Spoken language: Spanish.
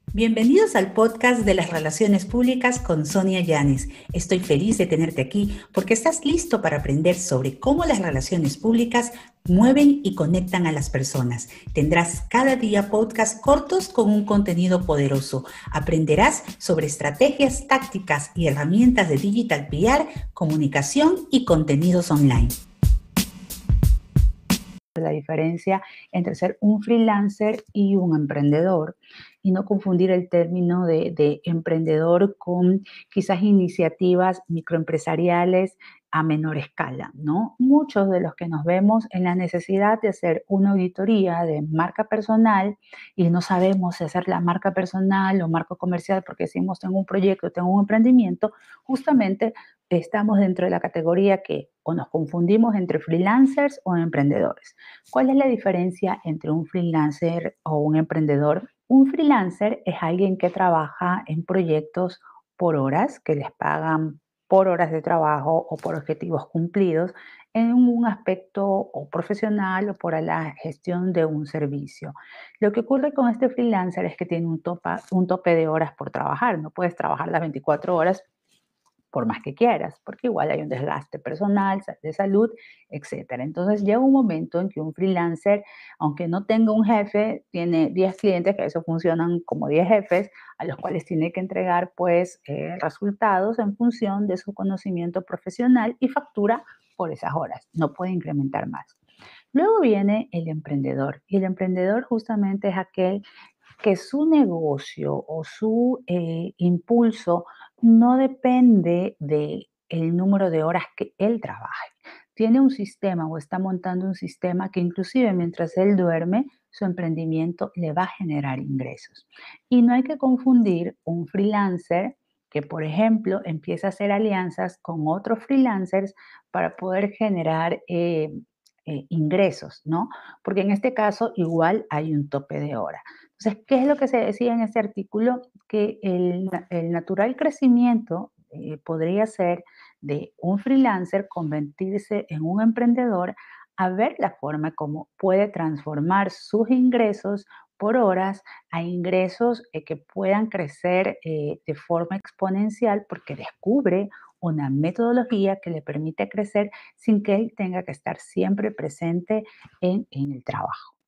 Bienvenidos al podcast de las relaciones públicas con Sonia Yanes. Estoy feliz de tenerte aquí porque estás listo para aprender sobre cómo las relaciones públicas mueven y conectan a las personas. Tendrás cada día podcasts cortos con un contenido poderoso. Aprenderás sobre estrategias, tácticas y herramientas de digital PR, comunicación y contenidos online. La diferencia entre ser un freelancer y un emprendedor y no confundir el término de emprendedor con quizás iniciativas microempresariales a menor escala, ¿no? Muchos de los que nos vemos en la necesidad de hacer una auditoría de marca personal y no sabemos si hacer la marca personal o marca comercial porque decimos tengo un proyecto, tengo un emprendimiento, justamente estamos dentro de la categoría que o nos confundimos entre freelancers o emprendedores. ¿Cuál es la diferencia entre un freelancer o un emprendedor? Un freelancer es alguien que trabaja en proyectos por horas, que les pagan por horas de trabajo o por objetivos cumplidos en un aspecto o profesional o por la gestión de un servicio. Lo que ocurre con este freelancer es que tiene un tope de horas por trabajar. No puedes trabajar las 24 horas por más que quieras, porque igual hay un desgaste personal, de salud, etcétera. Entonces llega un momento en que un freelancer, aunque no tenga un jefe, tiene 10 clientes, que eso funcionan como 10 jefes, a los cuales tiene que entregar pues resultados en función de su conocimiento profesional y factura por esas horas. No puede incrementar más. Luego viene el emprendedor y el emprendedor justamente es aquel que su negocio o su impulso no depende de el número de horas que él trabaje. Tiene un sistema o está montando un sistema que inclusive mientras él duerme, su emprendimiento le va a generar ingresos. Y no hay que confundir un freelancer que, por ejemplo, empieza a hacer alianzas con otros freelancers para poder generar ingresos, ¿no? Porque en este caso igual hay un tope de hora. Entonces, ¿qué es lo que se decía en ese artículo? Que el natural crecimiento podría ser de un freelancer convertirse en un emprendedor a ver la forma como puede transformar sus ingresos por horas a ingresos que puedan crecer de forma exponencial porque descubre una metodología que le permite crecer sin que él tenga que estar siempre presente en el trabajo.